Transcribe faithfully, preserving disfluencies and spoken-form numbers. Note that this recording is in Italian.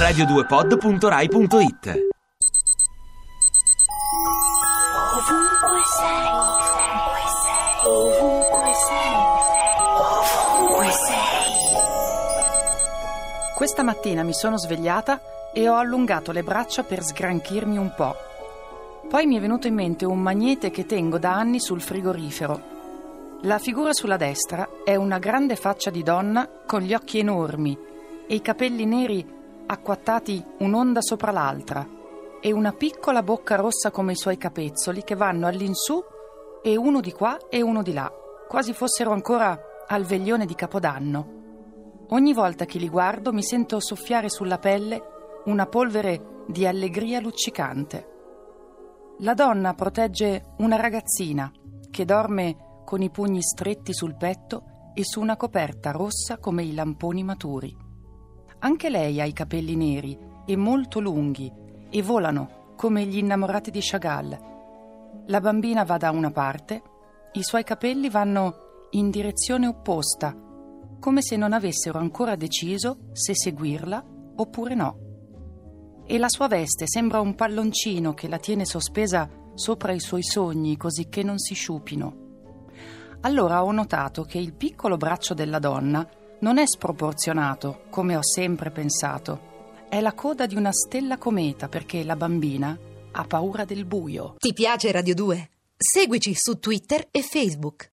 radio due pod punto rai punto it. Ovunque sei, ovunque sei, ovunque sei, ovunque sei. Questa mattina mi sono svegliata e ho allungato le braccia per sgranchirmi un po'. Poi mi è venuto in mente un magnete che tengo da anni sul frigorifero. La figura sulla destra è una grande faccia di donna con gli occhi enormi e i capelli neri acquattati un'onda sopra l'altra e una piccola bocca rossa come i suoi capezzoli che vanno all'insù e uno di qua e uno di là, quasi fossero ancora al veglione di Capodanno. Ogni volta che li guardo mi sento soffiare sulla pelle una polvere di allegria luccicante. La donna protegge una ragazzina che dorme con i pugni stretti sul petto e su una coperta rossa come i lamponi maturi. Anche lei ha i capelli neri e molto lunghi e volano come gli innamorati di Chagall. La bambina va da una parte, i suoi capelli vanno in direzione opposta, come se non avessero ancora deciso se seguirla oppure no. E la sua veste sembra un palloncino che la tiene sospesa sopra i suoi sogni così che non si sciupino. Allora ho notato che il piccolo braccio della donna non è sproporzionato, come ho sempre pensato. È la coda di una stella cometa perché la bambina ha paura del buio. Ti piace Radio due? Seguici su Twitter e Facebook.